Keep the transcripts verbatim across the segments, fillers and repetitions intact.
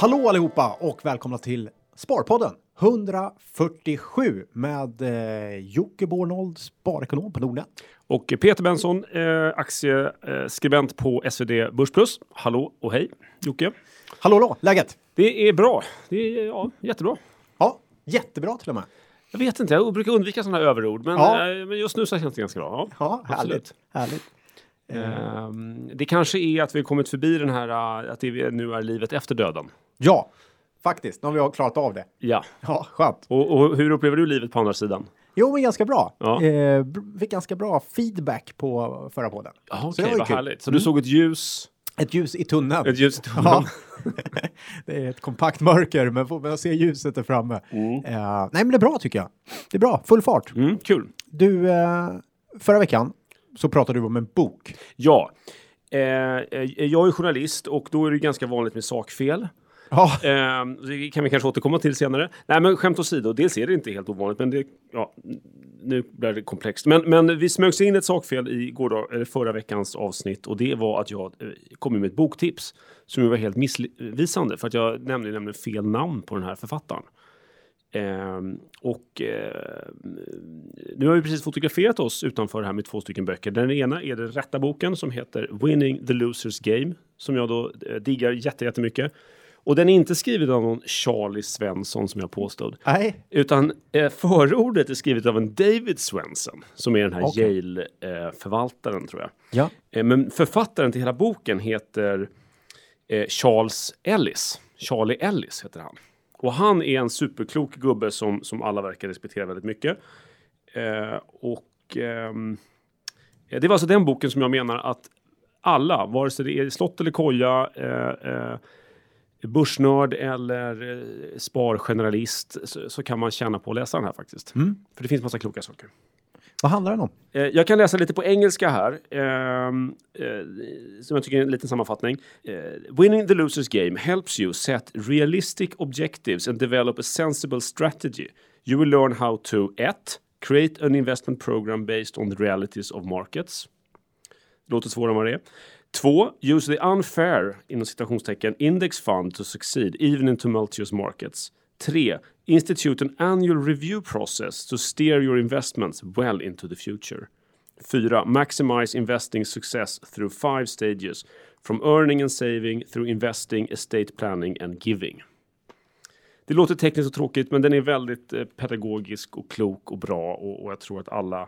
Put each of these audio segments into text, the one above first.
Hallå allihopa och välkomna till Sparpodden hundrafyrtiosju med eh, Jocke Bornold, sparekonom på Nordnet. Och Peter Benson, eh, aktieskribent på S V D Börsplus. Hallå och hej, Jocke. Hallå, hallå, läget? Det är bra. Det är ja, jättebra. Ja, jättebra till och med. Jag vet inte, jag brukar undvika sådana här överord. Men, Ja. eh, men just nu så känns det ganska bra. Ja, härligt. härligt. Eh, det kanske är att vi har kommit förbi den här, uh, att det nu är livet efter döden. Ja, faktiskt. Nu har vi klarat av det. Ja. Ja, skönt. Och, och hur upplever du livet på andra sidan? Jo, men ganska bra. Ja. Eh, fick ganska bra feedback på förra podden. Ja, Så okej, det var ju vad kul. härligt. Så du såg ett ljus? Ett ljus i tunneln. Ett ljus i tunneln. Ja. Det är ett kompakt mörker, men får man se ljuset där framme. Mm. Eh, nej, men det är bra tycker jag. Det är bra, full fart. Mm, kul. Du, eh, förra veckan så pratade du om en bok. Ja, eh, jag är journalist och då är det ganska vanligt med sakfel. Ja. Eh, det kan vi kanske återkomma till senare. Nej, men skämt åsido, dels är det inte helt ovanligt, men det, ja, nu blir det komplext. Men, men vi smög in ett sakfel i gårdag, eller förra veckans avsnitt, och det var att jag eh, kom med ett boktips som var helt missvisande, för att jag nämnde nämligen fel namn på den här författaren. Eh, och eh, nu har vi precis fotograferat oss utanför här med två stycken böcker. Den ena är den rätta boken som heter Winning the Losers Game, som jag då eh, diggar jätte, jättemycket. Och den är inte skriven av någon Charlie Svensson som jag påstod. Nej. Utan eh, förordet är skrivet av en David Swenson som är den här Okay. Yale-förvaltaren eh, tror jag. Ja. Eh, men författaren till hela boken heter eh, Charles Ellis. Charlie Ellis heter han. Och han är en superklok gubbe som, som alla verkar respektera väldigt mycket. Eh, och eh, det var alltså den boken som jag menar att alla, vare sig det är slott eller koja, eh, eh, börsnörd eller eh, spargeneralist, så, så kan man känna på att läsa den här faktiskt. Mm. För det finns massa kloka saker. Vad handlar den om? Eh, jag kan läsa lite på engelska här. Eh, eh, som jag tycker är en liten sammanfattning. Eh, Winning the Losers Game helps you set realistic objectives and develop a sensible strategy. You will learn how to ett. Create an investment program based on the realities of markets. Det låter svårare än vad det är. Två. Use the unfair, inom citationstecken, index fund to succeed even in tumultuous markets. Tre. Institute an annual review process to steer your investments well into the future. Fyra. Maximize investing success through five stages. From earning and saving through investing, estate planning and giving. Det låter tekniskt och tråkigt, men den är väldigt eh, pedagogisk och klok och bra. Och, och jag tror att alla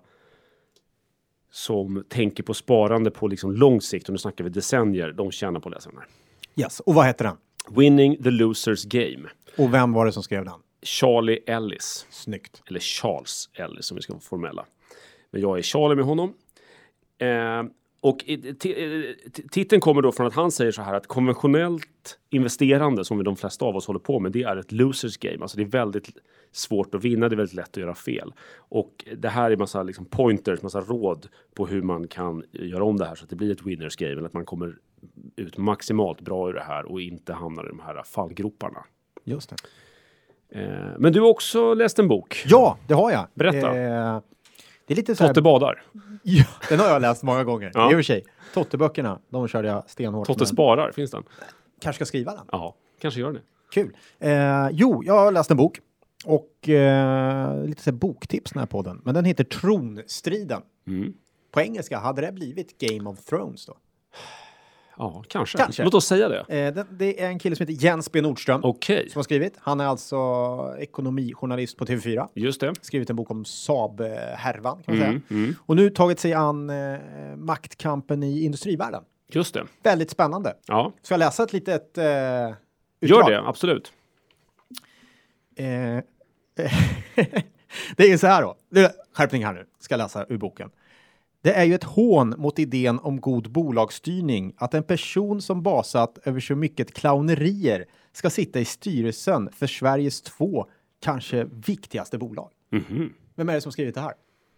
som tänker på sparande på liksom lång sikt, och nu snackar vi decennier, de tjänar på att läsa den här. Yes, och vad heter den? Winning the Losers Game. Och vem var det som skrev den? Charlie Ellis. Snyggt. Eller Charles Ellis som vi ska vara formella. Men jag är Charlie med honom. Eh, och t- t- titeln kommer då från att han säger så här att konventionellt investerande som vi de flesta av oss håller på med, det är ett losers game. Alltså det är väldigt svårt att vinna, det är väldigt lätt att göra fel. Och det här är massa liksom pointers, massa råd på hur man kan göra om det här så att det blir ett winners game, eller att man kommer ut maximalt bra ur det här och inte hamnar i de här fallgroparna. Just det. Eh, men du har också läst en bok. Ja, det har jag. Berätta. Eh, det är lite så här... Totte badar. Ja, den har jag läst många gånger. Ja. I och för sig. Totteböckerna, de körde jag stenhårt. Totte men... sparar, finns den? Kanske ska skriva den. Ja, kanske gör det. Kul. Eh, jo, jag har läst en bok. Och eh, lite så här boktips den här podden. Men den heter Tronstriden. Mm. På engelska hade det blivit Game of Thrones då. Ja, kanske. Kanske. Låt oss säga det. Eh, det, det är en kille som heter Jens B. Nordström. Okej, okay. Som har skrivit. Han är alltså ekonomijournalist på T V fyra. Just det. Skrivit en bok om Saab-härvan kan man Mm, säga. mm. Och nu tagit sig an eh, maktkampen i industrivärlden. Just det. Väldigt spännande. Ja. Ska jag läsa ett litet eh, utdrag? Gör det, absolut. Eh, det är så här då. Det är, skärpning här nu. Ska jag läsa ur boken. Det är ju ett hån mot idén om god bolagsstyrning att en person som basat över så mycket clownerier ska sitta i styrelsen för Sveriges två kanske viktigaste bolag. Mm-hmm. Vem är det som skrivit det här?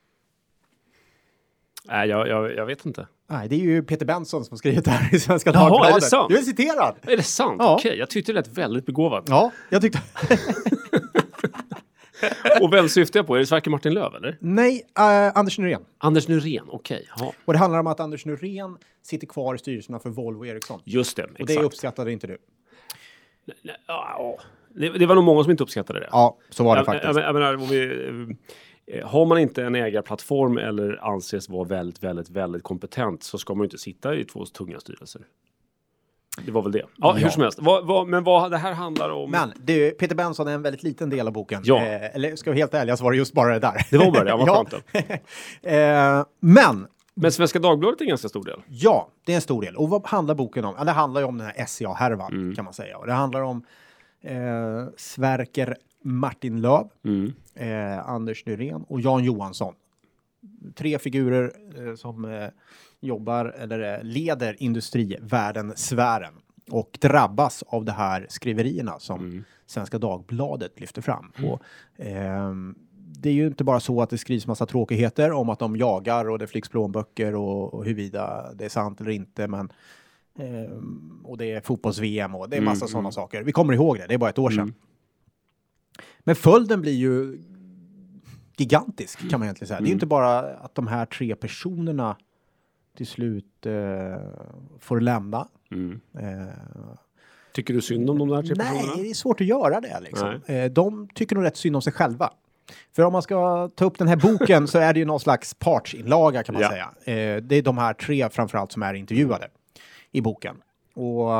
Nej, jag, jag, jag vet inte. Nej, det är ju Peter Benson som har skrivit det här i Svenska Jaha, Dagbladet. är det sant? Du är citerad. Är det sant? Ja. Okej, jag tyckte det lät väldigt begåvat. Ja, jag tyckte... Och vem syftar jag på? Är det Sverker Martin Löv, eller? Nej, uh, Anders Nyrén. Anders Nyrén, okej. Ja. Och det handlar om att Anders Nyrén sitter kvar i styrelserna för Volvo och Ericsson. Just det, Och exakt. det uppskattade inte du. Ja, det, det var nog många som inte uppskattade det. Ja, så var det jag, faktiskt. Jag, jag menar, om vi, har man inte en ägarplattform eller anses vara väldigt, väldigt, väldigt kompetent så ska man ju inte sitta i två tunga styrelser. Det var väl det. Ja, ja. Hur som helst. Vad, vad, men vad det här handlar om... Men det, Peter Benson är en väldigt liten del av boken. Ja. Eh, eller ska vi helt ärliga så var det just bara det där. Det var bara det, ja, vad ja. skönt. eh, men... Men Svenska Dagbladet är en ganska stor del. Ja, det är en stor del. Och vad handlar boken om? Ja, det handlar ju om den här S C A-härvan mm. kan man säga. Och det handlar om eh, Sverker Martin Löv, mm. eh, Anders Nyrén och Jan Johansson. Tre figurer eh, som eh, jobbar eller eh, leder industrivärlden-sfären och drabbas av de här skriverierna som mm. Svenska Dagbladet lyfter fram. Mm. Och, eh, det är ju inte bara så att det skrivs massa tråkigheter om att de jagar och det flygs plånböcker och, och huruvida det är sant eller inte, men eh, och det är fotbolls-V M och det är massa mm. sådana saker. Vi kommer ihåg det, det är bara ett år sedan. Mm. Men följden blir ju gigantisk kan man egentligen säga. Mm. Det är ju inte bara att de här tre personerna till slut eh, får lämna. Mm. Eh, tycker du synd om de där tre nej, personerna? Nej, det är svårt att göra det. Liksom. Eh, de tycker nog rätt synd om sig själva. För om man ska ta upp den här boken så är det ju någon slags partsinlaga kan man ja. säga. Eh, det är de här tre framförallt som är intervjuade i boken. Och,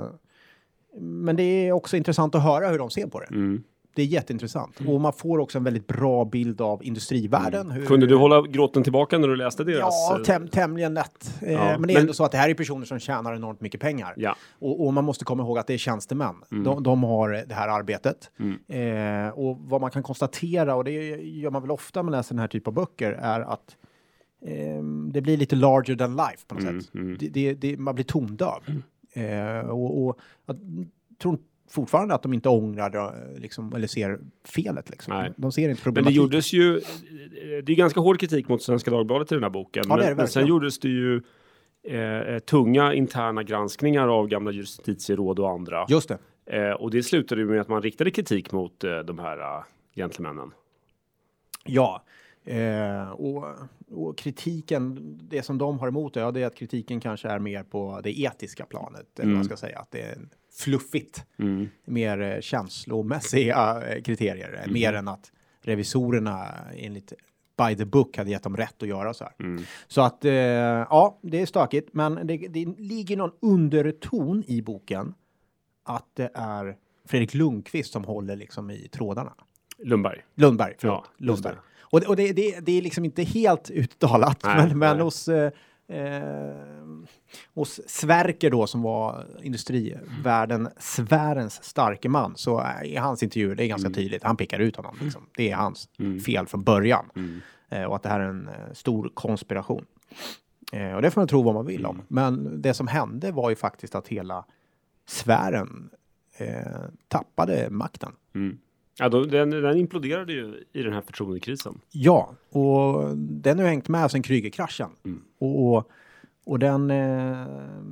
men det är också intressant att höra hur de ser på det. Mm. Det är jätteintressant. Mm. Och man får också en väldigt bra bild av industrivärlden. Mm. Hur... Kunde du hålla gråten tillbaka när du läste deras? Ja, täm- tämligen lätt. Ja. Eh, men det är men... ändå så att det här är personer som tjänar enormt mycket pengar. Ja. Och, och man måste komma ihåg att det är tjänstemän. Mm. De, de har det här arbetet. Mm. Eh, och vad man kan konstatera, och det gör man väl ofta med läser den här typen av böcker, är att eh, det blir lite larger than life på något mm. sätt. Mm. Det, det, det, man blir tondöv. Mm. Eh, och, och jag tror fortfarande att de inte ångrar liksom, eller ser felet. Liksom. De ser inte problematiken. Men det gjordes ju, det är ganska hård kritik mot Svenska Dagbladet i den här boken. Ja, det är det men, men sen gjordes det ju eh, tunga interna granskningar av gamla justitieråd och andra. Just det. Eh, och det slutade ju med att man riktade kritik mot eh, de här uh, gentlemännen. Ja, eh, och, och kritiken, det som de har emot det, ja, det är att kritiken kanske är mer på det etiska planet. Eller mm. vad man ska säga, att det är fluffigt. Mm. Mer eh, känslomässiga eh, kriterier. Mm. Mer än att revisorerna enligt by the book hade gett dem rätt att göra så här. Mm. Så att, eh, ja, det är stökigt. Men det, det ligger någon underton i boken att det är Fredrik Lundqvist som håller liksom i trådarna. Lundberg. Lundberg, förlåt. Ja, Lundberg. Och, och det, det, det är liksom inte helt uttalat. Nej, men, men hos... Eh, Eh, hos Sverker då som var industrivärlden sfärens starke man, så är hans intervju, det är ganska mm. tydligt, han pekar ut honom liksom. Det är hans mm. fel från början mm. eh, och att det här är en eh, stor konspiration eh, och det får man tro vad man vill om, mm. men det som hände var ju faktiskt att hela sfären eh, tappade makten. Mm. Ja, då, den, den imploderade ju i den här förtroendekrisen. Ja, och den har hängt med sedan Krügerkraschen. Mm. Och, och, och den... Eh,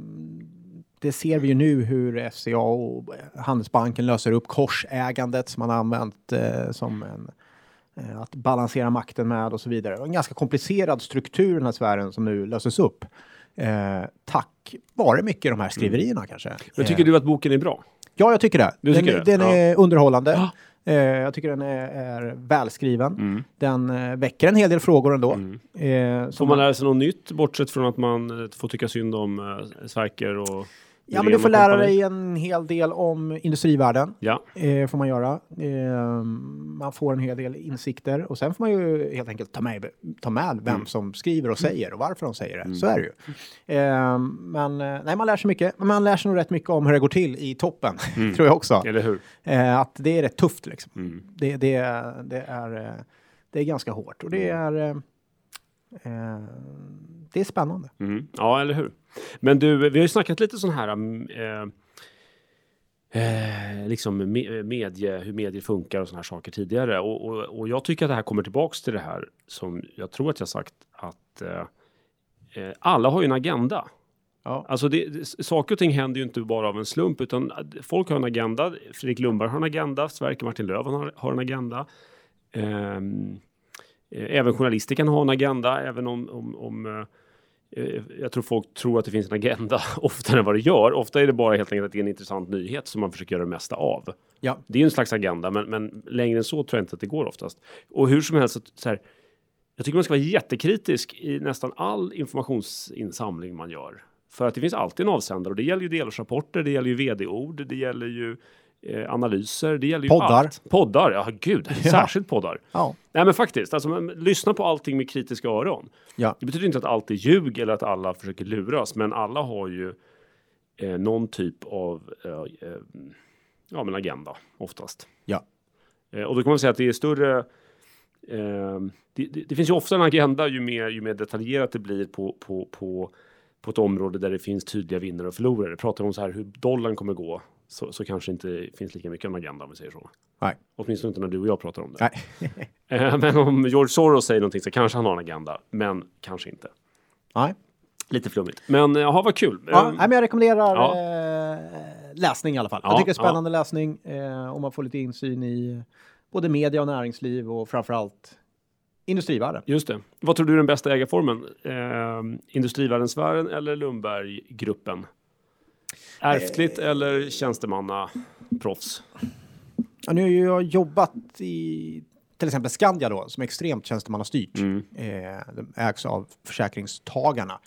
det ser vi ju nu hur F C A och Handelsbanken löser upp korsägandet som man har använt eh, som en... Eh, att balansera makten med och så vidare. Och en ganska komplicerad struktur i den här sfären som nu löses upp. Eh, tack vare mycket de här skriverierna mm. kanske. Men tycker du att boken är bra? Ja, jag tycker det. Du tycker den det? den är ja. underhållande. Ja. Eh, jag tycker den är, är välskriven. Mm. Den eh, väcker en hel del frågor ändå. Mm. Eh, får man lära sig något nytt bortsett från att man eh, får tycka synd om eh, Sverker och... Ja, men du får lära dig en hel del om industrivärlden. Ja. Eh, får man göra. Eh, man får en hel del insikter. Och sen får man ju helt enkelt ta med, ta med vem mm. som skriver och säger och varför de säger det. Mm. Så är det ju. Eh, men nej, man lär sig mycket. Men man lär sig nog rätt mycket om hur det går till i toppen. Mm. tror jag också. Eller hur? Eh, att det är rätt tufft liksom. Mm. Det, det, det, är, det är ganska hårt. Och det är... Eh, det är spännande. Mm. Ja, eller hur? Men du, vi har ju snackat lite sån här eh, eh, liksom medie, hur medier funkar och såna här saker tidigare. Och, och, och jag tycker att det här kommer tillbaks till det här som jag tror att jag sagt att eh, alla har ju en agenda. Ja. Alltså det, det, saker och ting händer ju inte bara av en slump, utan folk har en agenda. Fredrik Lundberg har en agenda. Sverker Martin Löv har, har en agenda. Eh, även journalister kan ha en agenda, även om, om, om eh, jag tror folk tror att det finns en agenda oftare än vad det gör. Ofta är det bara helt enkelt att det är en intressant nyhet som man försöker göra det mesta av. Ja. Det är ju en slags agenda, men, men längre än så tror jag inte att det går oftast. Och hur som helst, så, så här, jag tycker man ska vara jättekritisk i nästan all informationsinsamling man gör. För att det finns alltid en avsändare, och det gäller ju delårsrapporter, det gäller ju vd-ord, det gäller ju eh, analyser, det gäller ju Poddar. allt. Poddar, ja gud, Ja. särskilt poddar. Ja. Nej men faktiskt, alltså, man, lyssna på allting med kritiska öron. Ja. Det betyder inte att allt är ljug eller att alla försöker luras, men alla har ju eh, någon typ av eh, eh, ja, men agenda oftast. Ja. Eh, och då kan man säga att det är större... Eh, det, det, det finns ju ofta en agenda ju mer, ju mer detaljerat det blir på, på, på, på ett område där det finns tydliga vinnare och förlorare. Pratar om så här hur dollarn kommer gå, så, så kanske inte finns lika mycket en agenda om vi säger så. Nej. Åtminstone inte när du och jag pratar om det. Nej. Eh, men om George Soros säger någonting så kanske han har en agenda, men kanske inte. Nej. Lite flummigt. Men jaha, vad kul. Ja, Eh, nej, men jag rekommenderar ja. eh, läsning i alla fall. Ja, jag tycker det är ja. spännande läsning eh, om man får lite insyn i både media och näringsliv och framförallt industrivärlden. Just det. Vad tror du är den bästa ägarformen? Eh, Industrivärldensfären eller Lundberggruppen? Ärftligt Eh. eller tjänstemannaproffs? Ja, nu har ju jag jobbat i till exempel Skandia då, som är extremt tjänstemannastyrt. Mm. Eh, de ägs av försäkringstagarna.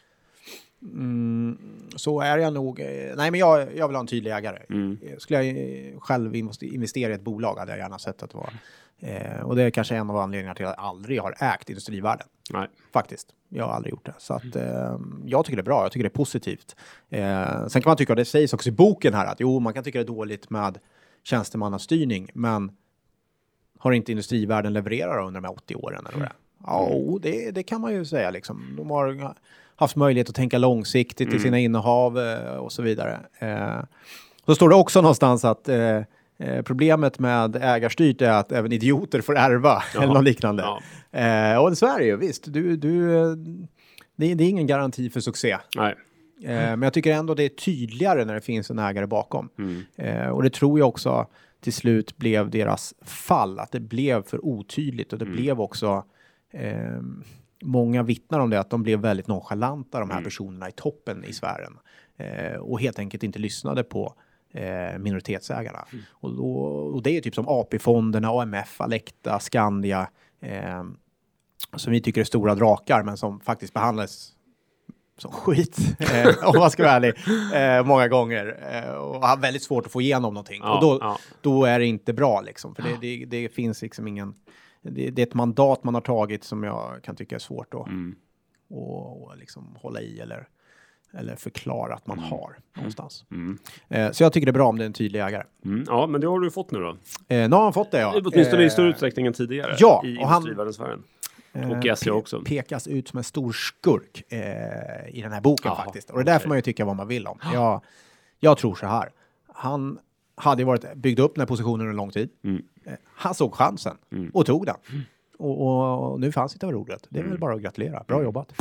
Mm, så är jag nog... Eh, nej, men jag, jag vill ha en tydlig ägare. Mm. Eh, Skulle jag eh, själv investe- investera i ett bolag hade jag gärna sett att det var... Eh, och det är kanske en av anledningarna till att jag aldrig har ägt industrivärden. Nej. Faktiskt. Jag har aldrig gjort det. Så att, eh, jag tycker det är bra. Jag tycker det är positivt. Eh, sen kan man tycka, och det sägs också i boken här, att jo, man kan tycka det är dåligt med tjänstemannastyrning, men har inte industrivärden levererat under de här åttio åren? Eller vad det är? Ja, det, det kan man ju säga. Liksom. De har haft möjlighet att tänka långsiktigt Mm. i sina innehav eh, och så vidare. Eh, så står det också någonstans att eh, eh, problemet med ägarstyrt är att även idioter får ärva Ja. eller något liknande. Ja. Eh, och så är det ju, visst. Du, du, eh, det, det är ingen garanti för succé. Nej. Eh, men jag tycker ändå det är tydligare när det finns en ägare bakom. Mm. Eh, och det tror jag också till slut blev deras fall. Att det blev för otydligt. Och det Mm. blev också... Eh, många vittnar om det. Att de blev väldigt nonchalanta, de här Mm. personerna i toppen i sfären. Eh, och helt enkelt inte lyssnade på eh, minoritetsägarna. Mm. Och, då, och det är typ som A P-fonderna, A M F, Alecta, Skandia. Eh, som vi tycker är stora drakar. Men som faktiskt behandlas som skit, eh, om man ska vara ärlig, eh, många gånger. Eh, och har väldigt svårt att få igenom någonting. Ja, och då, ja. då är det inte bra liksom. För det, det, det finns liksom ingen... Det, det är ett mandat man har tagit som jag kan tycka är svårt att Mm. och, och liksom hålla i eller, eller förklara att man har någonstans. Mm. Eh, så jag tycker det är bra om det är en tydlig ägare. Mm. Ja, men det har du fått nu då. Eh, nu har han fått det, ja. Åtminstone Eh, i större utsträckning än tidigare. ja, I och han- industrivärldensfären. eh, Och i S C A pe- också. Pekas ut som en stor skurk eh, i den här boken Jaha, faktiskt. Och det där okej. får man ju tycka vad man vill om. Jag, jag tror så här. Han hade ju varit byggt upp den här positionen under en lång tid. Mm. Eh, han såg chansen Mm. och tog den. Och, och, och nu fanns det över rodret. Det är Mm. väl bara att gratulera. Bra jobbat.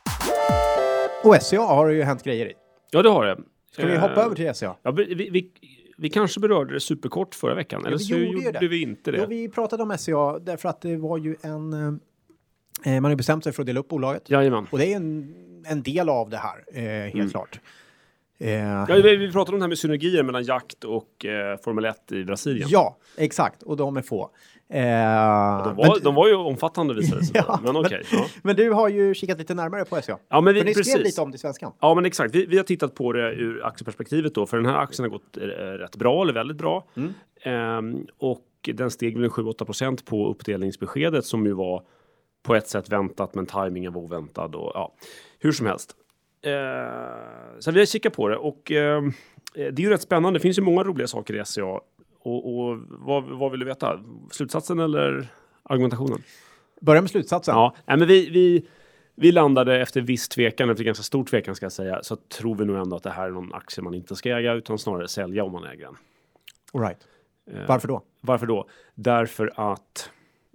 Och S C A har det ju hänt grejer i. Ja, det har det. Ska vi Eh, hoppa över till S C A? Ja, vi, vi, vi, vi kanske berörde det superkort förra veckan. Eller vi så gjorde gjorde, ju det. vi inte det. Jo, vi pratade om S C A därför att det var ju en... Eh, man har ju bestämt sig för att dela upp bolaget. Jajamän. Och det är en, en del av det här, eh, helt Mm. klart. Eh, Ja, vi, vi pratade om det här med synergier mellan jakt och eh, Formel ett i Brasilien. ja, exakt. Och de är få. Eh, De var, men, de var ju omfattande visade det sig. Ja, men okej. men- ja. men du har ju kikat lite närmare på S C A. Ja, men vi, För ni skrev precis. lite om det i svenskan. Ja, men exakt. Vi, vi har tittat på det ur aktieperspektivet då. För den här aktien har gått eh, rätt bra, eller väldigt bra. Mm. Ehm, och den steg väl sju åtta procent på uppdelningsbeskedet som ju var på ett sätt väntat, men tajmingen var oväntad. Och, ja, hur som helst. Ehm, så vi har kikat på det. Och ehm, det är ju rätt spännande. Det finns ju många roliga saker i S C A. Och, och vad, vad vill du veta? Slutsatsen eller argumentationen? Börja med slutsatsen. Ja, nej, men vi, vi, vi landade efter viss tvekan, efter ganska stor tvekan ska jag säga, så tror vi nog ändå att det här är någon aktie man inte ska äga, utan snarare sälja om man äger den. All right. Eh, Varför då? Varför då? Därför att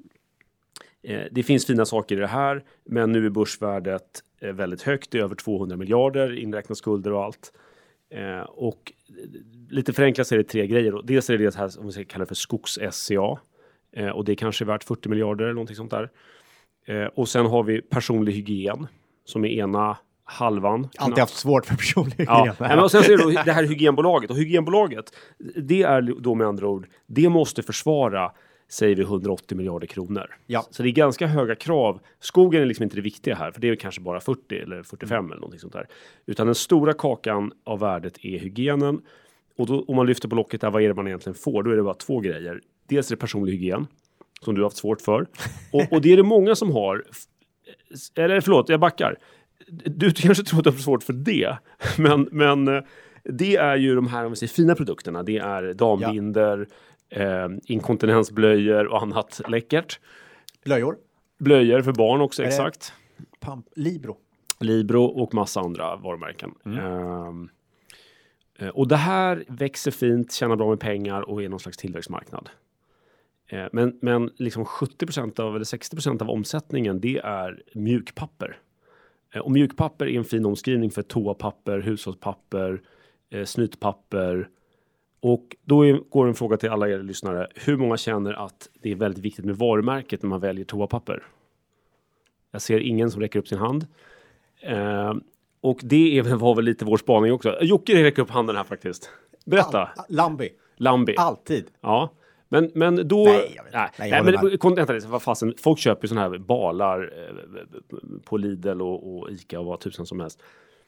eh, det finns fina saker i det här, men nu är börsvärdet eh, väldigt högt, det är över tvåhundra miljarder, inräknat skulder och allt. Eh, och lite förenklat så är det tre grejer. Då. Dels är det det här som vi ska kalla för skogs-S C A. Eh, och det är kanske värt fyrtio miljarder eller någonting sånt där. Eh, och sen har vi personlig hygien som är ena halvan. Alltid haft svårt för personlig hygien. Ja, men och sen så är det då det här hygienbolaget. Och hygienbolaget, det är då med andra ord, det måste försvara, säger vi, hundraåttio miljarder kronor. Ja. Så det är ganska höga krav. Skogen är liksom inte det viktiga här, för det är kanske bara fyrtio eller fyrtiofem mm. eller någonting sånt där. Utan den stora kakan av värdet är hygienen. Och då, om man lyfter på locket där, vad är det man egentligen får? Då är det bara två grejer. Dels är det personlig hygien, som du har haft svårt för. Och, och det är det många som har. Eller förlåt, jag backar. Du kanske tror att du har svårt för det. Men, men det är ju de här, om vi säger, fina produkterna. Det är dambinder, ja. eh, inkontinensblöjor och annat läckert. Blöjor. Blöjor för barn också, är exakt. Pump, Libro. Libro och massa andra varumärken. Mm. Eh, och det här växer fint, tjänar bra med pengar och är någon slags tillväxtmarknad. Eh, men men liksom sjuttio procent av, eller sextio procent av omsättningen, det är mjukpapper. Och mjukpapper är en fin omskrivning för toapapper, hushållspapper, eh, snytpapper. Och då är, går en fråga till alla er lyssnare. Hur många känner att det är väldigt viktigt med varumärket när man väljer toapapper? Jag ser ingen som räcker upp sin hand. Eh, och det är, var väl lite vår spaning också. Jocke räcker upp handen här faktiskt. Berätta. All, Lambi. Lambi. Alltid. Ja. Men, men då... Nej, jag vet nej, nej, nej men vänta lite, vad fasen, folk köper ju såna här balar eh, på Lidl och, och Ica och vad tusen som helst.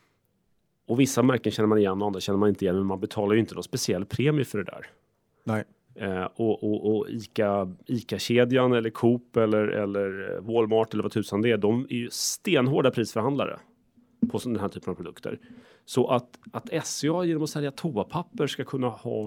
Och vissa märken känner man igen och andra känner man inte igen, men man betalar ju inte någon speciell premie för det där. Nej. Eh, och och, och Ica, Ica-kedjan eller Coop eller, eller Walmart eller vad tusan det är, de är ju stenhårda prisförhandlare på den här typen av produkter. Så att, att S C A genom att sälja toapapper ska kunna ha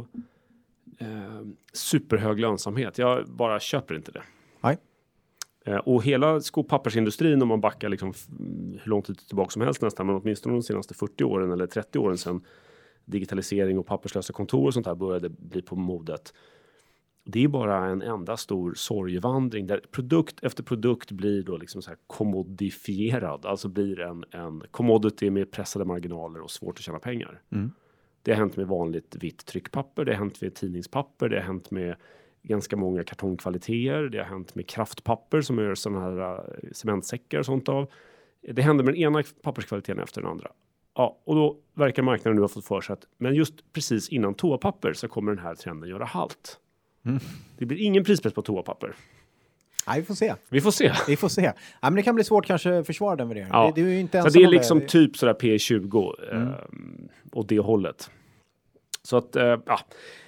Eh, superhög lönsamhet. Jag bara köper inte det. Nej. Eh, och hela skopappersindustrin, om man backar liksom f- hur långt tid tillbaka som helst nästan, men åtminstone de senaste fyrtio åren eller trettio åren sedan digitalisering och papperslösa kontor och sånt här började bli på modet. Det är bara en enda stor sorgevandring där produkt efter produkt blir då liksom så här kommodifierad. Alltså blir en, en commodity med pressade marginaler och svårt att tjäna pengar. Mm. Det har hänt med vanligt vitt tryckpapper, det har hänt med tidningspapper, det har hänt med ganska många kartongkvaliteter, det har hänt med kraftpapper som gör sådana här uh, cementsäckar och sånt av. Det händer med den ena papperskvaliteten efter den andra. Ja, och då verkar marknaden nu ha fått för sig att, men just precis innan toapapper så kommer den här trenden göra halt. Mm. Det blir ingen prispress på toapapper. Nej, vi får se. Vi får se. Vi får se. Ja, men det kan bli svårt kanske att försvara den värderingen. Ja. Det, det är ju inte så det är liksom det. Typ sådär P tjugo mm. eh, åt det hållet. Så att, eh, ja.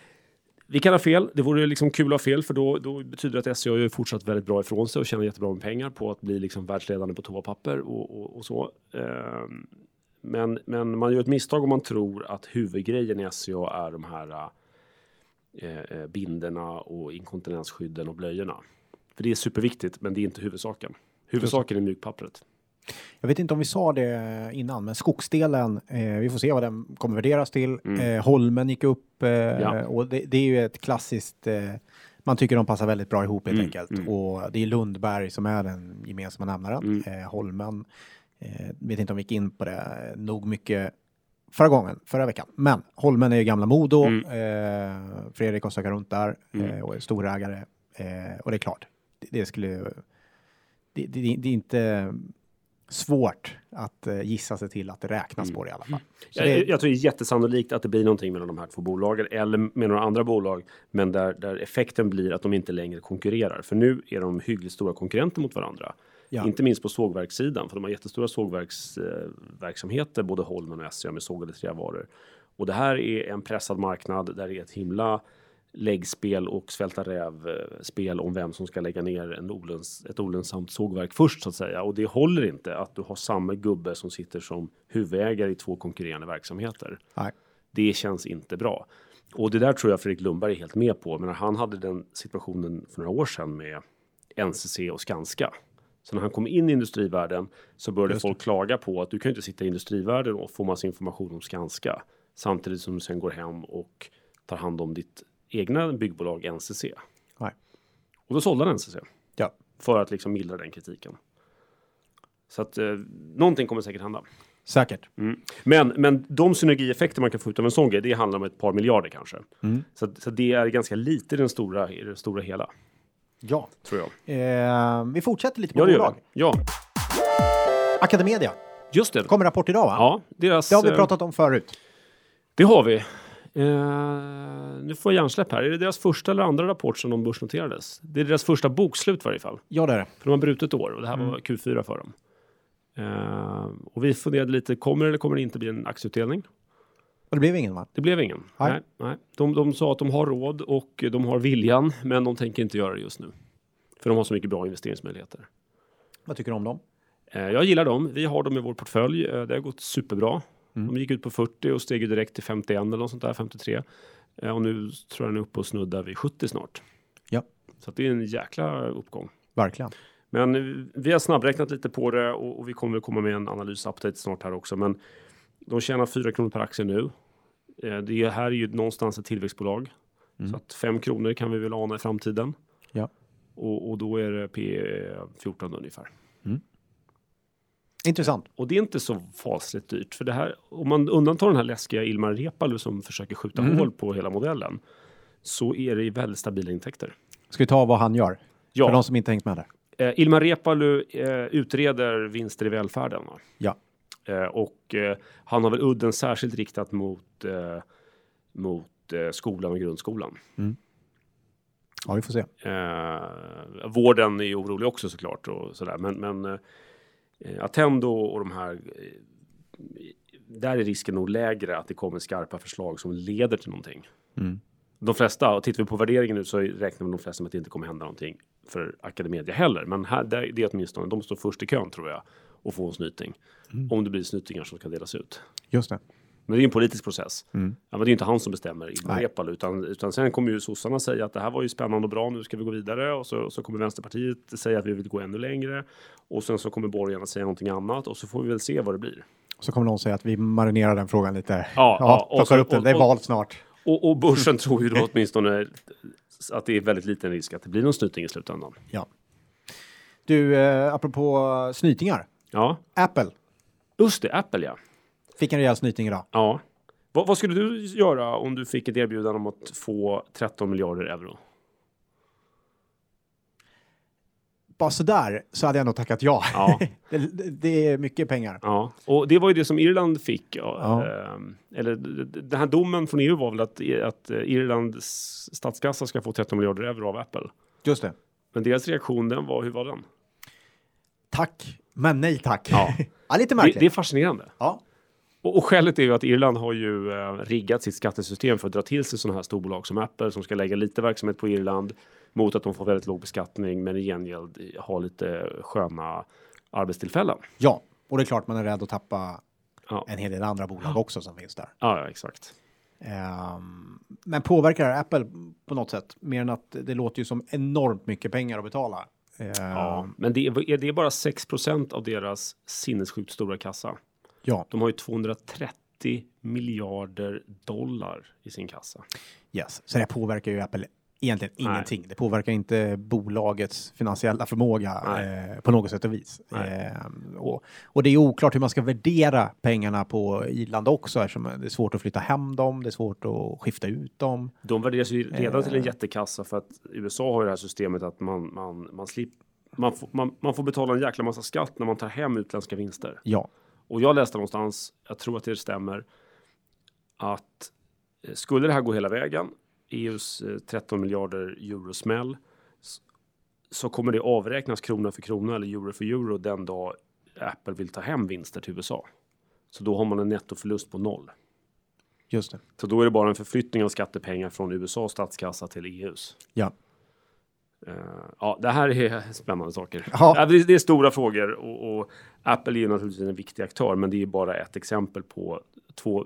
Vi kan ha fel. Det vore liksom kul att ha fel, för då, då betyder det att S C A är fortsatt väldigt bra ifrån sig och tjänar jättebra med pengar på att bli liksom världsledande på toapapper och, och, och så. Eh, men, men man gör ett misstag om man tror att huvudgrejen i S C A är de här eh, binderna och inkontinensskydden och blöjorna. För det är superviktigt, men det är inte huvudsaken. Huvudsaken är mjukpappret. Jag vet inte om vi sa det innan, men skogsdelen, eh, vi får se vad den kommer värderas till. Mm. Eh, Holmen gick upp eh, ja. och det, det är ju ett klassiskt, eh, man tycker de passar väldigt bra ihop helt mm. enkelt. Mm. Och det är Lundberg som är den gemensamma nämnaren. Mm. Eh, Holmen, eh, vet inte om vi gick in på det nog mycket förra gången, förra veckan. Men Holmen är ju gamla Modo, mm. eh, Fredrik och Söka runt där mm. eh, och är storägare. Eh, och det är klart, det, det skulle det, det, det är inte svårt att uh, gissa sig till att det räknas mm. på det i alla fall. Så jag, det... jag tror det är jättesannolikt att det blir någonting mellan de här två bolagen eller med några andra bolag, men där, där effekten blir att de inte längre konkurrerar. För nu är de hyggligt stora konkurrenter mot varandra. Ja. Inte minst på sågverkssidan, för de har jättestora sågverksverksamheter, eh, både Holmen och S C A med sågade trävaror. Och det här är en pressad marknad där det är ett himla läggspel och svälta räv-spel om vem som ska lägga ner en olöns, ett olönsamt sågverk först, så att säga. Och det håller inte att du har samma gubbe som sitter som huvudägare i två konkurrerande verksamheter. Nej. Det känns inte bra. Och det där tror jag Fredrik Lundberg är helt med på. Men han hade den situationen för några år sedan med N C C och Skanska. Så när han kom in i industrivärlden så började folk klaga på att du kan inte sitta i industrivärlden och få massa information om Skanska samtidigt som du sen går hem och tar hand om ditt egna byggbolag N C C. Nej. Och då sålde han N C C. Ja. För att liksom mildra den kritiken. Så att eh, någonting kommer säkert hända. Säkert. Mm. Men, men de synergieffekter man kan få ut av en sån grej, det handlar om ett par miljarder kanske. Mm. Så, så det är ganska lite i den stora, i den stora hela. Ja. Tror jag. Eh, vi fortsätter lite på ja, bolag. Ja. Academedia. Just det. Det kommer rapport idag, va? Ja, deras, det har vi eh, pratat om förut. Det har vi. Eh, nu får jag hjärnsläpp här. Är det deras första eller andra rapport som de börsnoterades? Det är deras första bokslut i varje fall. Ja, det är det. För de har brutit år och det här Mm. var Q fyra för dem. Eh, och vi funderade lite, kommer eller kommer det inte bli en aktieutdelning? Och det blev ingen, va? Det blev ingen. Nej. Nej, nej. De, de sa att de har råd och de har viljan, men de tänker inte göra det just nu. För de har så mycket bra investeringsmöjligheter. Vad tycker du om dem? Eh, jag gillar dem. Vi har dem i vår portfölj. Eh, det har gått superbra. Mm. De gick ut på fyrtio och steg direkt till femtioen eller något sånt där, femtiotre. Eh, och nu tror jag den är uppe och snuddar vid sjuttio snart. Ja. Så att det är en jäkla uppgång. Verkligen. Men eh, vi har snabbräknat lite på det och, och vi kommer komma med en analys-update snart här också. Men de tjänar fyra kronor per aktie nu. Eh, det här är ju någonstans ett tillväxtbolag. Mm. Så att fem kronor kan vi väl ana i framtiden. Ja. Och, och då är det P fjorton ungefär. Intressant. Och det är inte så fasligt dyrt. För det här, om man undantar den här läskiga Ilmar Reepalu som försöker skjuta Mm. hål på hela modellen, så är det väldigt stabila intäkter. Ska vi ta vad han gör? Ja. För de som inte hängt med där. Eh, Ilmar Reepalu eh, utreder vinster i välfärden. Va? Ja. Eh, och eh, han har väl udden särskilt riktat mot, eh, mot eh, skolan och grundskolan. Ja, vi får se. Eh, vården är orolig också såklart. Och sådär. Men, men eh, Attendo och de här, eh, där är risken nog lägre att det kommer skarpa förslag som leder till någonting. Mm. De flesta, och tittar vi på värderingen nu så räknar vi de flesta med att det inte kommer hända någonting för Academedia heller. Men här, där, det är åtminstone, de står först i kön tror jag och får en snyting. Mm. Om det blir snytingar som ska delas ut. Just det. Men det är en politisk process. Mm. Ja, men det är inte han som bestämmer i Nej. Reepalu, utan, utan sen kommer ju sossarna säga att det här var ju spännande och bra, nu ska vi gå vidare. Och så, så kommer Vänsterpartiet säga att vi vill gå ännu längre. Och sen så kommer borgarna säga någonting annat och så får vi väl se vad det blir. Så kommer någon säga att vi marinerar den frågan lite. Ja, ja, ja, och plockar så- upp den. och- Det är och- val snart. Och, och börsen tror ju då åtminstone att det är väldigt liten risk att det blir någon snyting i slutändan. Ja. Du, eh, apropå snytingar. Ja, Apple just det, Apple ja. fick en rejäl snyting idag. Ja. Vad, vad skulle du göra om du fick ett erbjudande om att få tretton miljarder euro? Bara sådär så hade jag nog tackat ja. Ja. det, det- det är mycket pengar. Ja, och det var ju det som Irland fick. Ja. Eh, eller d- d- den här domen från E U var väl att, att eh, Irlands statskassa ska få tretton miljarder euro av Apple. Just det. Men deras reaktion, den var, hur var den? Tack, men nej tack. Ja. ja, lite Det, märkligt. det är fascinerande. Ja. Och, och skälet är ju att Irland har ju eh, riggat sitt skattesystem för att dra till sig sådana här storbolag som Apple som ska lägga lite verksamhet på Irland mot att de får väldigt låg beskattning men i gengäld ha lite sköna arbetstillfällen. ja, och det är klart man är rädd att tappa Ja, en hel del andra bolag också som finns där. ja, ja exakt. Ehm, men påverkar det Apple på något sätt? Mer än att det låter ju som enormt mycket pengar att betala. Ehm, Ja, men det är, det är bara sex procent av deras sinnessjukt stora kassa. ja, De har ju tvåhundratrettio miljarder dollar i sin kassa. yes. Så det påverkar ju Apple egentligen Nej. ingenting. Det påverkar inte bolagets finansiella förmåga Nej. eh, på något sätt och vis. Nej. Ehm, och, och det är oklart hur man ska värdera pengarna på Irland också eftersom det är svårt att flytta hem dem, det är svårt att skifta ut dem. De värderas ju redan till en Eh. jättekassa för att U S A har ju det här systemet att man, man, man, slip, man, får, man, man får betala en jäkla massa skatt när man tar hem utländska vinster. Ja, Och jag läste någonstans, jag tror att det stämmer, att eh, skulle det här gå hela vägen, E U:s eh, tretton miljarder euro-smäll, s- så kommer det avräknas krona för krona eller euro för euro den dag Apple vill ta hem vinster till U S A. Så då har man en nettoförlust på noll. just det. Så då är det bara en förflyttning av skattepengar från U S A:s statskassa till E U:s. Ja. Uh, ja, det här är spännande saker. Ja. Ja, det, det är stora frågor och, och Apple är ju naturligtvis en viktig aktör, men det är bara ett exempel på två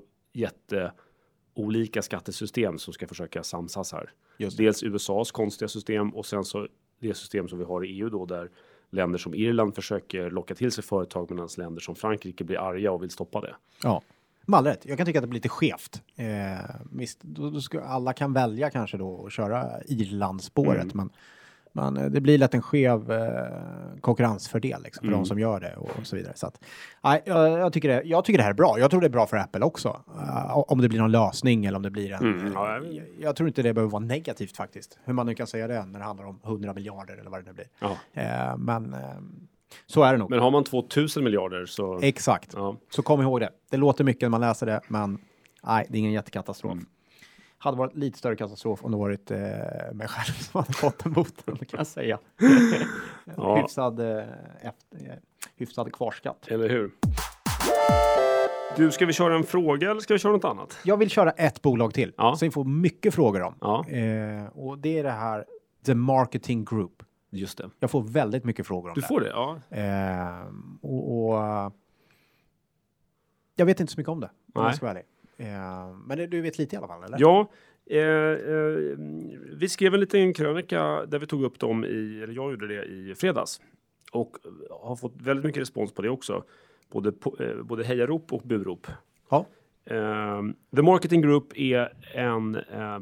jätteolika skattesystem som ska försöka samsas här. Just det. Dels U S A:s konstiga system och sen så det system som vi har i E U då, där länder som Irland försöker locka till sig företag medan länder som Frankrike blir arga och vill stoppa det. Ja, med all rätt. Jag kan tycka att det blir lite skevt. Eh, visst, då, då ska, alla kan välja kanske då att köra Irlandsspåret, Mm. men, men eh, det blir lätt en skev eh, konkurrensfördel liksom, för Mm. de som gör det och, och så vidare. Så att, nej, jag, jag, tycker det, jag tycker det här är bra. Jag tror det är bra för Apple också. Uh, om det blir någon lösning eller om det blir en... Mm, ja, eh, jag, jag tror inte det behöver vara negativt faktiskt. Hur man nu kan säga det när det handlar om hundra miljarder eller vad det nu blir. Ja. Eh, men... Eh, Så är det nog. Men har man tvåtusen miljarder så... Exakt. Ja. Så kom ihåg det. Det låter mycket när man läser det, men nej, det är ingen jättekatastrof. Mm. Hade varit lite större katastrof om det varit eh, mig själv som hade fått den boten, kan jag säga. Ja. hyfsad, eh, efter, eh, hyfsad kvarskatt. Eller hur? Du, ska vi köra en fråga eller ska vi köra något annat? Jag vill köra ett bolag till, Ja. som vi får mycket frågor om. Ja. Eh, och det är det här The Marketing Group. Just det. Jag får väldigt mycket frågor om Du det. får det, ja. Eh, och, och uh, jag vet inte så mycket om det. Om jag ska vara ärlig. Eh, men det, du vet lite i alla fall, eller? Ja. Eh, eh, vi skrev en liten krönika där vi tog upp dem i, eller jag gjorde det i fredags. Och har fått väldigt mycket respons på det också. Både, på, eh, både hejarop och burop. Ja. Eh, The Marketing Group är en... Eh,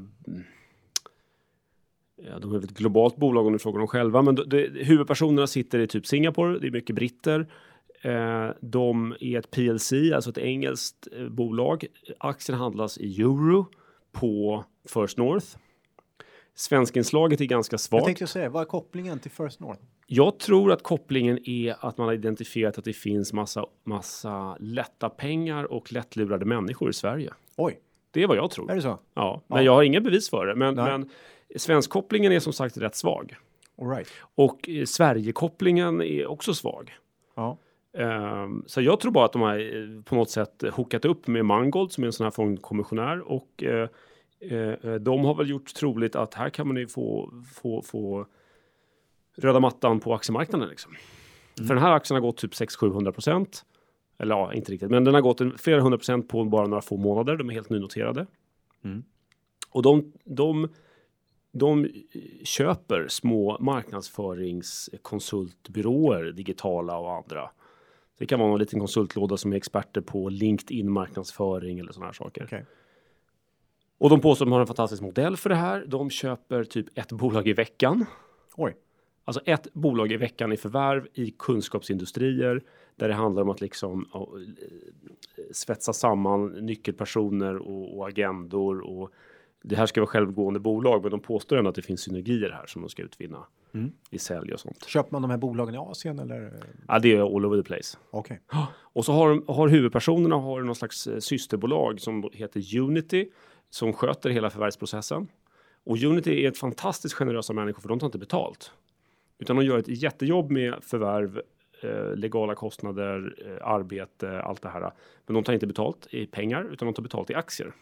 ja, de är ett globalt bolag om du frågar dem själva. Men det, det, huvudpersonerna sitter i typ Singapore. Det är mycket britter. Eh, de är ett P L C, alltså ett engelskt eh, bolag. Aktien handlas i euro på First North. Svenskinslaget är ganska svagt. Jag tänkte säga, vad är kopplingen till First North? Jag tror att kopplingen är att man har identifierat att det finns massa, massa lätta pengar och lättlurade människor i Sverige. Oj. Det är vad jag tror. Är det så? Ja, men ja. jag har inga bevis för det. Men, Nej. men svenskkopplingen är som sagt rätt svag. All right. Och eh, Sverigekopplingen är också svag. Ja. Um, så jag tror bara att de har eh, på något sätt hookat upp med Mangold som är en sån här fondkommissionär. Och eh, eh, de har väl gjort troligt att här kan man ju få, få, få röda mattan på aktiemarknaden. Liksom. Mm. För den här aktien har gått typ sex till sjuhundra procent. Eller ja, inte riktigt. Men den har gått en, flera hundra procent på bara några få månader. De är helt nynoterade. Mm. Och de, de, de köper små marknadsföringskonsultbyråer, digitala och andra. Det kan vara en liten konsultlåda som är experter på LinkedIn-marknadsföring eller sådana här saker. Okay. Och de påstår att de har en fantastisk modell för det här. De köper typ ett bolag i veckan. Oj. Alltså ett bolag i veckan i förvärv i kunskapsindustrier där det handlar om att liksom uh, svetsa samman nyckelpersoner och, och agendor och det här ska vara självgående bolag, men de påstår ändå att det finns synergier här som de ska utvinna mm. i sälj och sånt. Köper man de här bolagen i Asien eller? Ja, det är all over the place. Okej. Okay. Och så har, har huvudpersonerna har någon slags systerbolag som heter Unity som sköter hela förvärvsprocessen. Och Unity är ett fantastiskt generösa människor för de tar inte betalt. Utan de gör ett jättejobb med förvärv, eh, legala kostnader, eh, arbete, allt det här. Men de tar inte betalt i pengar utan de tar betalt i aktier.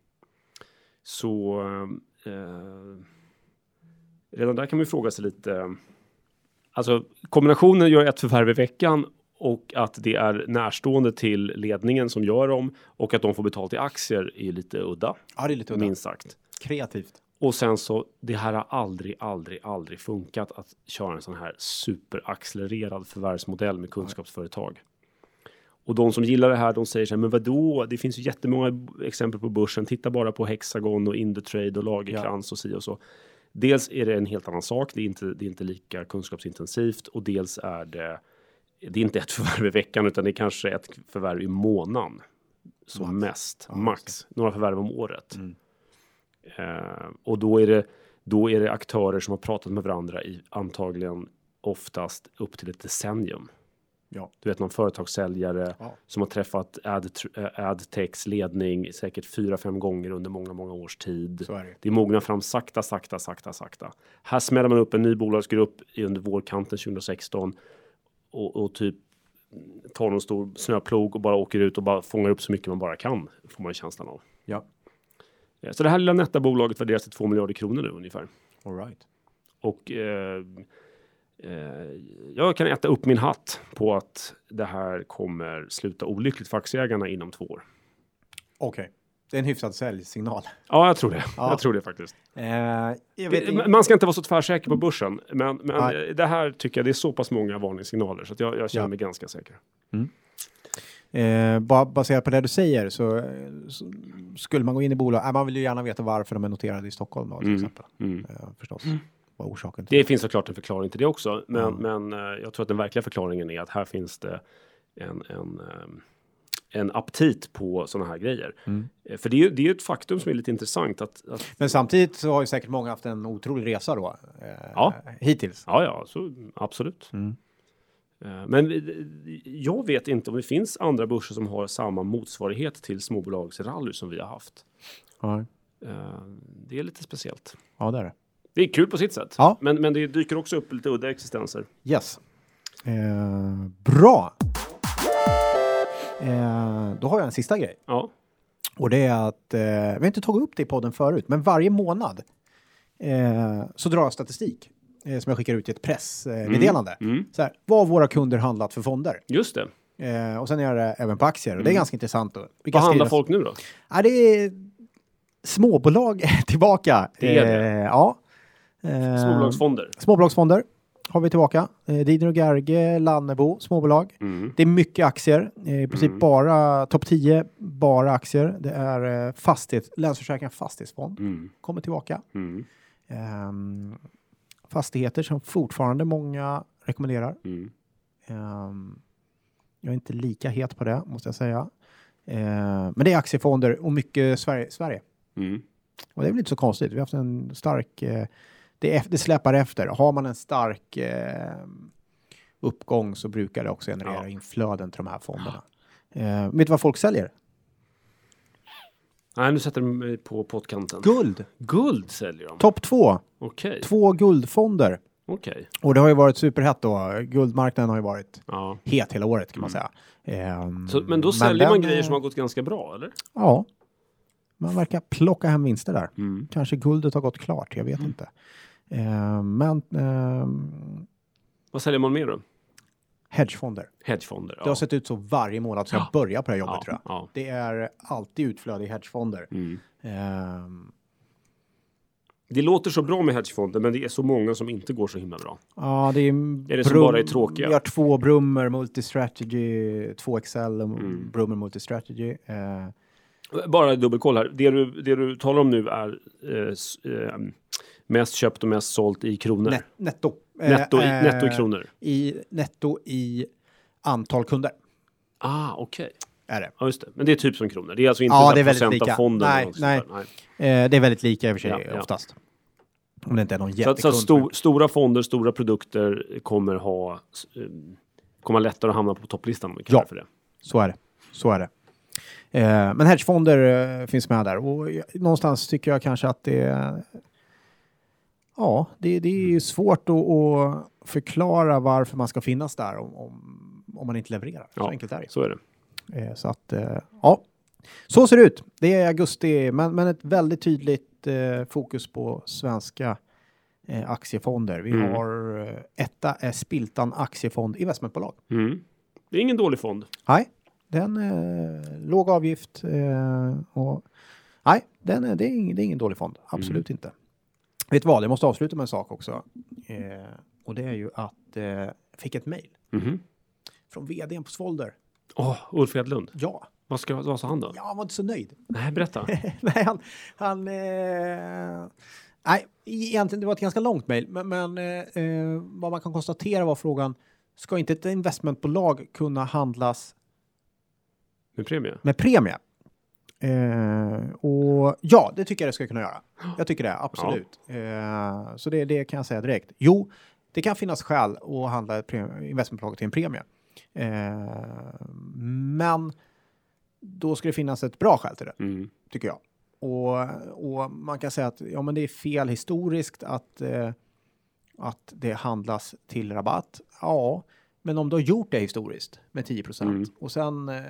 Så eh, redan där kan man fråga sig lite. Alltså kombinationen gör ett förvärv i veckan och att det är närstående till ledningen som gör dem och att de får betalt i aktier är lite udda. Ja, det är lite udda. Minst sagt. Kreativt. Och sen så, det här har aldrig, aldrig, aldrig funkat att köra en sån här superaccelererad förvärvsmodell med kunskapsföretag. Och de som gillar det här, de säger så här, men vadå? Det finns ju jättemånga exempel på börsen. Titta bara på Hexagon och Indutrade och Lagerkrans ja. och si och så. Dels är det en helt annan sak. Det är inte, det är inte lika kunskapsintensivt. Och dels är det, det är inte ett förvärv i veckan utan det är kanske ett förvärv i månaden. Som max. mest. Ja, max. Några förvärv om året. Mm. Uh, och då är, det, då är det aktörer som har pratat med varandra i antagligen oftast upp till ett decennium. Ja. Du vet någon företagssäljare ja. som har träffat ad, Adtechs ledning säkert fyra, fem gånger under många, många års tid. Så är det. Det mognar fram sakta, sakta, sakta, sakta. Här smäller man upp en ny bolagsgrupp under vårkanten tjugo sexton och, och typ tar någon stor snöplog och bara åker ut och bara fångar upp så mycket man bara kan, får man känslan av. Ja. Så det här lilla nätta bolaget värderas till två miljarder kronor nu ungefär. All right. Och eh, eh, jag kan äta upp min hatt på att det här kommer sluta olyckligt för aktieägarna inom två år. Okej. Okay. Det är en hyfsad säljsignal. Ja, jag tror det. Ja. Jag tror det faktiskt. Eh, jag vet det, man ska inte vara så tvärsäker på börsen. Men, men det här tycker jag, det är så pass många varningssignaler så att jag, jag känner ja. mig ganska säker. Mm. Eh, bara baserat på det du säger så, så skulle man gå in i bolag, äh, man vill ju gärna veta varför de är noterade i Stockholm då, till mm. exempel. Mm. Eh, förstås. Mm. Vad orsaken till det finns såklart en förklaring till det också. Men, mm. men eh, jag tror att den verkliga förklaringen är att här finns det en, en, um, en aptit på sådana här grejer. Mm. Eh, för det är, det är ett faktum som är lite intressant. Att, att men samtidigt så har ju säkert många haft en otrolig resa då. Eh, ja. Hittills. Ja, ja, så, absolut. Mm. Uh, men jag vet inte om det finns andra börser som har samma motsvarighet till småbolagsrally som vi har haft. Ja. Uh, det är lite speciellt. Ja, det är det. Det är kul på sitt sätt. Ja. Men, men det dyker också upp lite udda existenser. Yes. Eh, bra. Eh, då har jag en sista grej. Ja. Och det är att, eh, vi har inte tagit upp det i podden förut, men varje månad eh, så drar jag statistik eh, som jag skickar ut i ett pressmeddelande. Eh, mm. Mm. Så här, vad våra kunder handlat för fonder. Just det. Eh, och sen gör jag det även på aktier. Och Mm. det är ganska intressant. Då. Vad handlar folk nu då? Ja, det är småbolag tillbaka. Det är det. Eh, ja. Eh, Småbolagsfonder. Småbolagsfonder har vi tillbaka. Eh, Didner och Gerge, Lannebo, småbolag. Mm. Det är mycket aktier. Eh, I princip Mm. bara topp tio, bara aktier. Det är eh, fastighet, Länsförsäkringar fastighetsfond. Mm. Kommer tillbaka. Mm. Ehm, fastigheter som fortfarande många rekommenderar. Mm. Ehm, jag är inte lika het på det, måste jag säga. Ehm, men det är aktiefonder och mycket Sverige. Sverige. Mm. Och det är väl inte så konstigt. Vi har haft en stark... Eh, det, är, det släpar efter. Har man en stark eh, uppgång så brukar det också generera Ja. inflöden till de här fonderna. Eh, vet du vad folk säljer? Nej, nu sätter de mig på pottkanten. Guld! Guld säljer de? Topp två. Okej. Två guldfonder. Okej. Och det har ju varit superhett då. Guldmarknaden har ju varit Ja. het hela året kan man Mm. säga. Ehm, Så, men då säljer man den, grejer eh, som har gått ganska bra, eller? Ja. Man verkar plocka hem vinster där. Mm. Kanske guldet har gått klart, jag vet Mm. inte. Ehm, men ehm, Vad säljer man mer då? hedgefonder. Hedgefonder. Det har sett ut så varje månad så jag Ja. börjar på det här jobbet ja. tror jag. Ja. Det är alltid utflöde i hedgefonder. Mm. Ehm, Det låter så bra med hedgefonder, men det är så många som inte går så himla bra. ja, det är... Är det som bara är tråkiga? Vi har två Brummer Multistrategy, två Excel och Mm. Brummer Multistrategy. Ehm, Bara dubbelkoll här. Det du, det du talar om nu är eh, s- eh, mest köpt och mest sålt i kronor. net, netto. netto, i, Eh, netto i kronor. I, netto i antal kunder Ah, okej. är det. Ja, just det. Men det är typ som kronor. Det är alltså inte Ja, så det är väldigt procent lika. av fonden. Nej, eller något nej. sånt där. nej. Eh, det är väldigt lika i och för sig Ja, ja. oftast. Om det inte är någon Så, att, jättekund. så att sto, stora fonder, stora produkter kommer ha eh, kommer lättare att hamna på topplistan. Om vi kallar Ja. det för det. Så är det. Så är det. Eh, men hedgefonder eh, finns med där. Och jag, någonstans tycker jag kanske att det är... Ja, det, det är ju svårt att, att förklara varför man ska finnas där om, om, om man inte levererar. Så Ja, enkelt är det. Så är det. Eh, så att, eh, ja. Så ser det ut. Det är augusti, men, men ett väldigt tydligt eh, fokus på svenska eh, aktiefonder. Vi Mm. har eh, etta är Spiltan Aktiefond Investmentbolag. Mm. Det är ingen dålig fond. Nej, den är låg avgift eh, och nej, den är, det, är ingen, det är ingen dålig fond. Absolut inte. Vet du vad, jag måste avsluta med en sak också. Eh, och det är ju att eh, jag fick ett mejl Mhm. från vdn på Svolder. Åh, Ulf Edlund. Ja, Vad, ska, vad sa han då? ja, han var inte så nöjd. Nej, berätta. Nej, han... han eh, nej, egentligen det var ett ganska långt mejl. Men, men eh, eh, vad man kan konstatera var frågan, ska inte ett investmentbolag kunna handlas Med premie? med premie? Eh, och ja, det tycker jag det ska kunna göra. Jag tycker det, absolut. Eh, så det, det kan jag säga direkt. Jo, det kan finnas skäl att handla ett premie, investmentbolag till en premie. Eh, men då ska det finnas ett bra skäl till det, Mm. tycker jag. Och, och man kan säga att ja, men det är fel historiskt att, eh, att det handlas till rabatt. Ja, men om du har gjort det historiskt med tio procent Mm. och sen eh,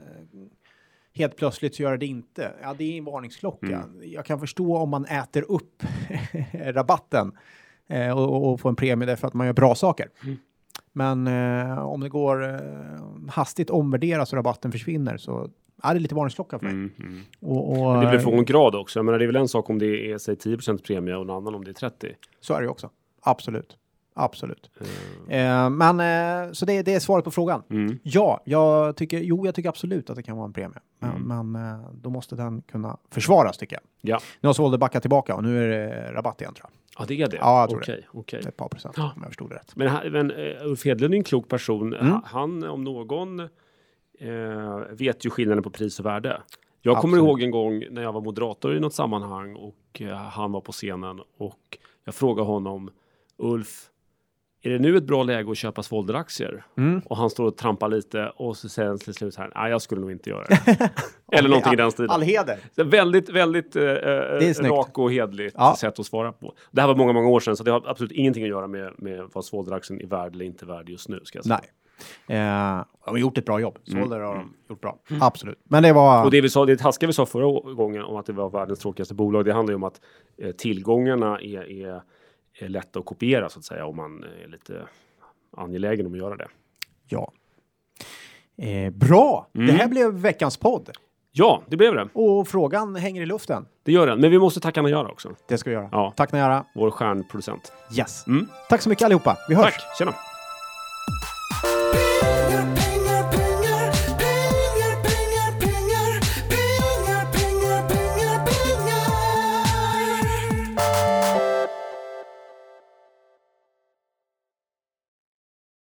helt plötsligt så gör det inte. Ja, det är en varningsklocka. Mm. Jag kan förstå om man äter upp rabatten eh, och, och får en premie därför att man gör bra saker. Mm. Men eh, om det går eh, hastigt omvärderas och rabatten försvinner så är det lite varningsklocka för mig. Mm. Mm. Och, och, Det blir från grad också. Jag menar, det är väl en sak om det är säg tio procent premie och en annan om det är trettio. Så är det ju också. Absolut. Absolut. Mm. Eh, men eh, så det, det är svaret på frågan. Mm. Ja, jag tycker, jo, jag tycker absolut att det kan vara en premie. Men, Mm. men eh, då måste den kunna försvaras, tycker jag. Ja. Nu har Svolder backat tillbaka och nu är det rabatt igen, tror jag. Ja, det är det. Ja, jag tror okej, okej. Det är ett par procent, Ja. om jag förstod det rätt. Men, ha- men uh, Ulf Hedlund är en klok person. Mm. Ha- Han om någon eh, vet ju skillnaden på pris och värde. Jag kommer Absolut. ihåg en gång när jag var moderator i något sammanhang och eh, han var på scenen och jag frågade honom, Ulf, är det nu ett bra läge att köpa Svolder-aktier? Mm. Och han står och trampar lite och så säger han till slut så här, nej jag skulle nog inte göra det. Eller någonting all, i den stilen. All heder. Så väldigt, väldigt eh, rak och hedligt ja. sätt att svara på. Det här var många, många år sedan så det har absolut ingenting att göra med, med vad Svolder-aktien är värd eller inte värd just nu. Ska jag säga. Nej. Eh, de har gjort ett bra jobb. Svolder mm. har de mm. gjort bra. Mm. Absolut. Men det var... Och det vi sa, det taskiga vi sa förra gången om att det var världens tråkigaste bolag, det handlar ju om att eh, tillgångarna är, är, är lätta att kopiera så att säga om man är lite angelägen om att göra det. Ja. Eh, bra! Mm. Det här blev veckans podd. Ja, det blev det. Och frågan hänger i luften. Det gör den. Men vi måste tacka Najara också. Det ska vi göra. Ja. Tack Najara. Vår stjärnproducent. Yes. Mm. Tack så mycket allihopa. Vi hörs. Tack. Tjena.